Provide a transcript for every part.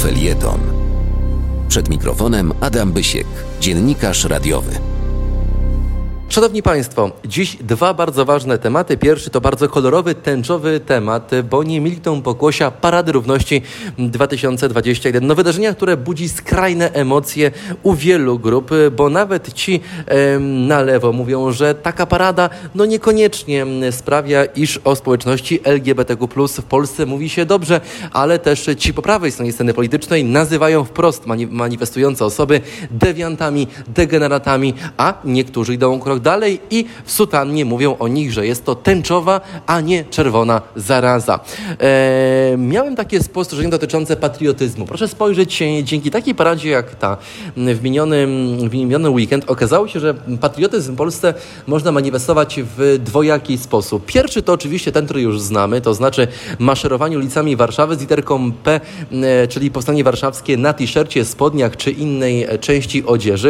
Felieton. Przed mikrofonem Adam Bysiek, dziennikarz radiowy. Szanowni Państwo, dziś dwa bardzo ważne tematy. Pierwszy to bardzo kolorowy, tęczowy temat, bo nie milkną pokłosia Parady Równości 2021. Wydarzenia, które budzi skrajne emocje u wielu grup, bo nawet ci na lewo mówią, że taka parada niekoniecznie sprawia, iż o społeczności LGBTQ+ w Polsce mówi się dobrze, ale też ci po prawej stronie sceny politycznej nazywają wprost manifestujące osoby dewiantami, degeneratami, a niektórzy idą krok dalej i w sutannie mówią o nich, że jest to tęczowa, a nie czerwona zaraza. Miałem takie spostrzeżenie dotyczące patriotyzmu. Proszę spojrzeć, dzięki takiej paradzie jak ta w miniony weekend okazało się, że patriotyzm w Polsce można manifestować w dwojaki sposób. Pierwszy to oczywiście ten, który już znamy, to znaczy maszerowanie ulicami Warszawy z literką P, czyli Powstanie Warszawskie na t-shircie, spodniach czy innej części odzieży.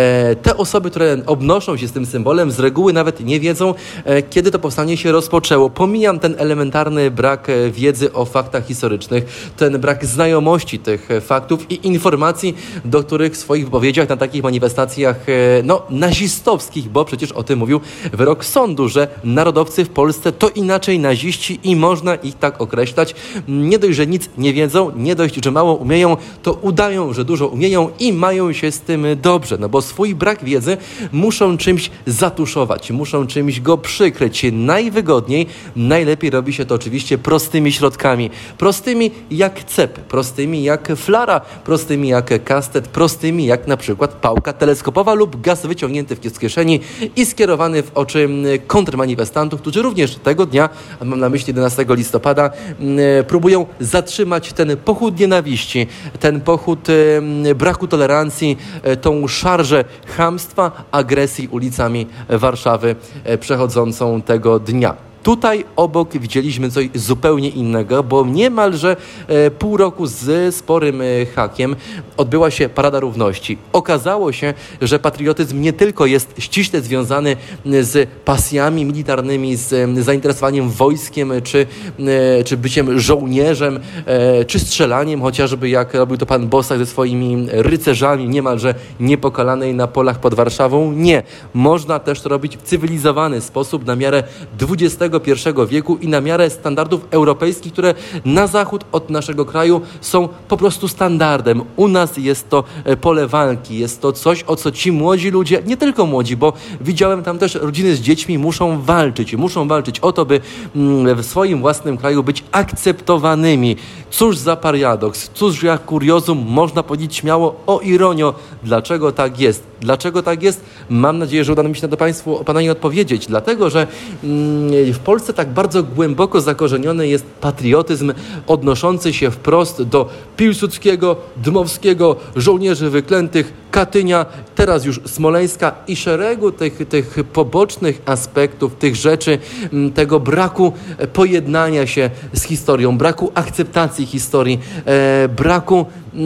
Te osoby, które obnoszą się z tym symbolem, z reguły nawet nie wiedzą, kiedy to powstanie się rozpoczęło. Pomijam ten elementarny brak wiedzy o faktach historycznych, ten brak znajomości tych faktów i informacji, do których w swoich wypowiedziach na takich manifestacjach nazistowskich, bo przecież o tym mówił wyrok sądu, że narodowcy w Polsce to inaczej naziści i można ich tak określać. Nie dość, że nic nie wiedzą, nie dość, że mało umieją, to udają, że dużo umieją i mają się z tym dobrze, bo swój brak wiedzy muszą czymś zatuszować, muszą czymś go przykryć. Najwygodniej, najlepiej robi się to oczywiście prostymi środkami. Prostymi jak cep, prostymi jak flara, prostymi jak kastet, prostymi jak na przykład pałka teleskopowa lub gaz wyciągnięty z kieszeni i skierowany w oczy kontrmanifestantów, którzy również tego dnia, mam na myśli 11 listopada, próbują zatrzymać ten pochód nienawiści, ten pochód braku tolerancji, tą szarżę chamstwa, agresji ulicami Warszawy przechodzącą tego dnia. Tutaj obok widzieliśmy coś zupełnie innego, bo niemalże pół roku z sporym hakiem odbyła się Parada Równości. Okazało się, że patriotyzm nie tylko jest ściśle związany z pasjami militarnymi, z zainteresowaniem wojskiem, czy byciem żołnierzem, czy strzelaniem, chociażby jak robił to pan Bosak ze swoimi rycerzami niemalże niepokalanej na polach pod Warszawą. Nie. Można też to robić w cywilizowany sposób na miarę XXI wieku i na miarę standardów europejskich, które na zachód od naszego kraju są po prostu standardem. U nas jest to pole walki, jest to coś, o co ci młodzi ludzie, nie tylko młodzi, bo widziałem tam też rodziny z dziećmi, muszą walczyć o to, by w swoim własnym kraju być akceptowanymi. Cóż za paradoks, cóż jak kuriozum, można powiedzieć śmiało o ironio. Dlaczego tak jest? Dlaczego tak jest? Mam nadzieję, że uda mi się na to Państwu odpowiedzieć. Dlatego, że w Polsce tak bardzo głęboko zakorzeniony jest patriotyzm odnoszący się wprost do Piłsudskiego, Dmowskiego, żołnierzy wyklętych, Katynia, teraz już Smoleńska i szeregu tych pobocznych aspektów, tych rzeczy, tego braku pojednania się z historią, braku akceptacji historii, braku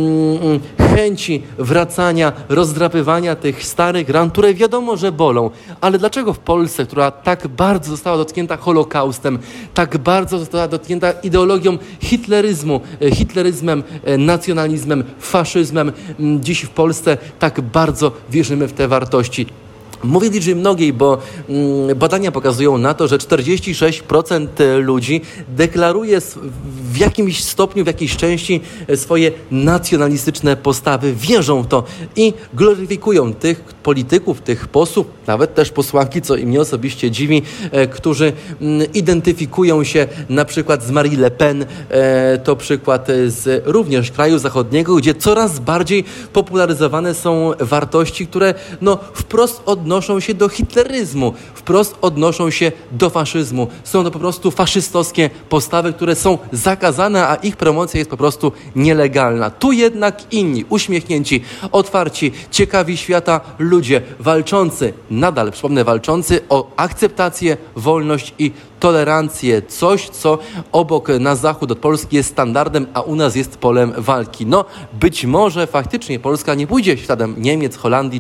chęci wracania, rozdrapywania tych starych ran, które wiadomo, że bolą. Ale dlaczego w Polsce, która tak bardzo została dotknięta Holokaustem, tak bardzo została dotknięta ideologią hitleryzmem, nacjonalizmem, faszyzmem, dziś w Polsce tak bardzo wierzymy w te wartości? Mówię liczby mnogiej, bo badania pokazują na to, że 46% ludzi deklaruje w jakimś stopniu, w jakiejś części swoje nacjonalistyczne postawy, wierzą w to i gloryfikują tych polityków, tych posłów, nawet też posłanki, co i mnie osobiście dziwi, którzy identyfikują się na przykład z Marie Le Pen, to przykład z również kraju zachodniego, gdzie coraz bardziej popularyzowane są wartości, które wprost odnoszą się do hitleryzmu, wprost odnoszą się do faszyzmu. Są to po prostu faszystowskie postawy, które są zakazane, a ich promocja jest po prostu nielegalna. Tu jednak inni, uśmiechnięci, otwarci, ciekawi świata ludzie, walczący, nadal przypomnę, walczący o akceptację, wolność i tolerancję, coś, co obok na zachód od Polski jest standardem, a u nas jest polem walki. No, być może faktycznie Polska nie pójdzie śladem Niemiec, Holandii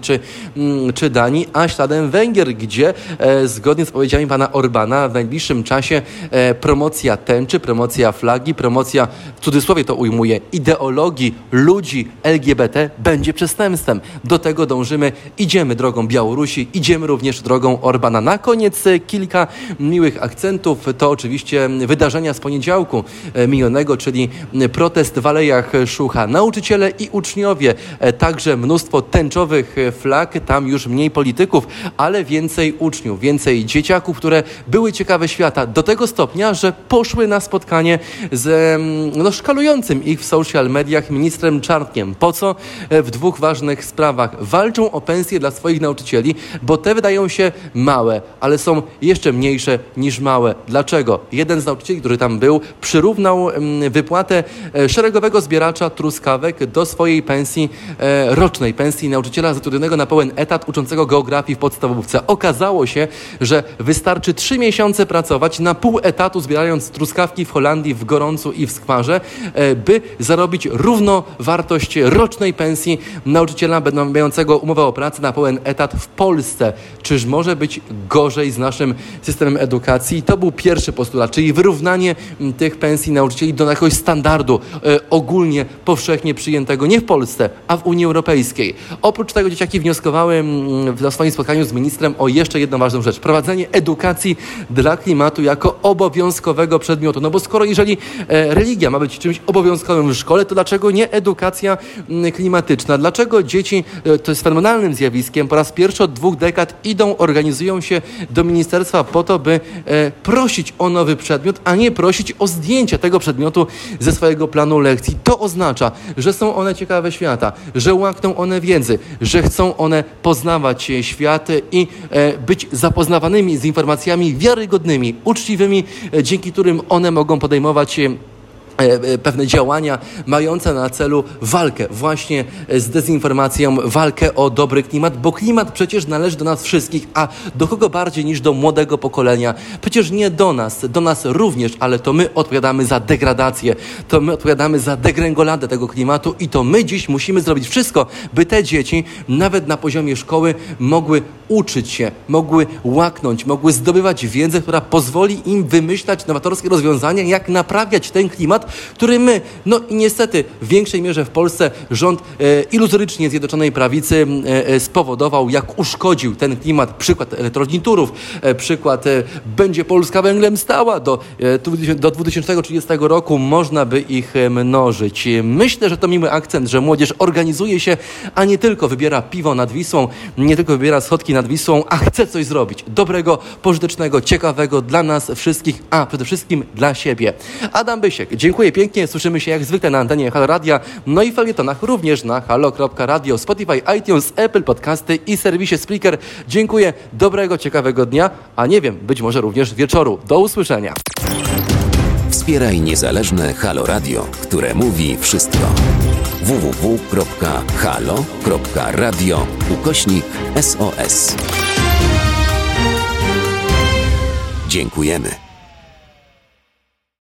czy Danii, a śladem Węgier, gdzie zgodnie z powiedziami pana Orbana w najbliższym czasie promocja tęczy, promocja flagi, promocja, w cudzysłowie to ujmuję, ideologii ludzi LGBT będzie przestępstwem. Do tego dążymy, idziemy drogą Białorusi, idziemy również drogą Orbana. Na koniec kilka miłych akcentów. To oczywiście wydarzenia z poniedziałku minionego, czyli protest w Alejach Szucha. Nauczyciele i uczniowie, także mnóstwo tęczowych flag, tam już mniej polityków, ale więcej uczniów, więcej dzieciaków, które były ciekawe świata do tego stopnia, że poszły na spotkanie z szkalującym ich w social mediach ministrem Czarnkiem. Po co? W dwóch ważnych sprawach. Walczą o pensje dla swoich nauczycieli, bo te wydają się małe, ale są jeszcze mniejsze niż małe. Dlaczego? Jeden z nauczycieli, który tam był, przyrównał wypłatę szeregowego zbieracza truskawek do swojej pensji, rocznej pensji nauczyciela zatrudnionego na pełen etat uczącego geografii w podstawówce. Okazało się, że wystarczy 3 miesiące pracować na pół etatu, zbierając truskawki w Holandii, w Gorącu i w Skwarze, by zarobić równowartość rocznej pensji nauczyciela mającego umowę o pracę na pełen etat w Polsce. Czyż może być gorzej z naszym systemem edukacji? To był pierwszy postulat, czyli wyrównanie tych pensji nauczycieli do jakiegoś standardu ogólnie, powszechnie przyjętego nie w Polsce, a w Unii Europejskiej. Oprócz tego dzieciaki wnioskowały na swoim spotkaniu z ministrem o jeszcze jedną ważną rzecz. Prowadzenie edukacji dla klimatu jako obowiązkowego przedmiotu. No bo skoro jeżeli religia ma być czymś obowiązkowym w szkole, to dlaczego nie edukacja klimatyczna? Dlaczego dzieci, to jest fenomenalnym zjawiskiem, po raz pierwszy od 2 dekad organizują się do ministerstwa po to, by prosić o nowy przedmiot, a nie prosić o zdjęcie tego przedmiotu ze swojego planu lekcji. To oznacza, że są one ciekawe świata, że łakną one wiedzy, że chcą one poznawać świat i być zapoznawanymi z informacjami wiarygodnymi, uczciwymi, dzięki którym one mogą podejmować pewne działania mające na celu walkę właśnie z dezinformacją, walkę o dobry klimat, bo klimat przecież należy do nas wszystkich, a do kogo bardziej niż do młodego pokolenia? Przecież nie do nas również, ale to my odpowiadamy za degradację, to my odpowiadamy za degrengoladę tego klimatu i to my dziś musimy zrobić wszystko, by te dzieci nawet na poziomie szkoły mogły uczyć się, mogły łaknąć, mogły zdobywać wiedzę, która pozwoli im wymyślać nowatorskie rozwiązania, jak naprawiać ten klimat, który my, no i niestety w większej mierze w Polsce rząd iluzorycznie Zjednoczonej Prawicy spowodował, jak uszkodził ten klimat. Przykład elektrowni Turów, przykład będzie Polska węglem stała do 2030 roku, można by ich mnożyć. Myślę, że to miły akcent, że młodzież organizuje się, a nie tylko wybiera piwo nad Wisłą, nie tylko wybiera schodki nad Wisłą, a chce coś zrobić dobrego, pożytecznego, ciekawego dla nas wszystkich, a przede wszystkim dla siebie. Adam Bysiek, dziękuję pięknie, słyszymy się jak zwykle na antenie Halo Radia, no i w felietonach również na halo.radio, Spotify, iTunes, Apple Podcasty i serwisie Spreaker. Dziękuję, dobrego, ciekawego dnia, a nie wiem, być może również wieczoru. Do usłyszenia. Wspieraj niezależne Halo Radio, które mówi wszystko. www.halo.radio/SOS. Dziękujemy.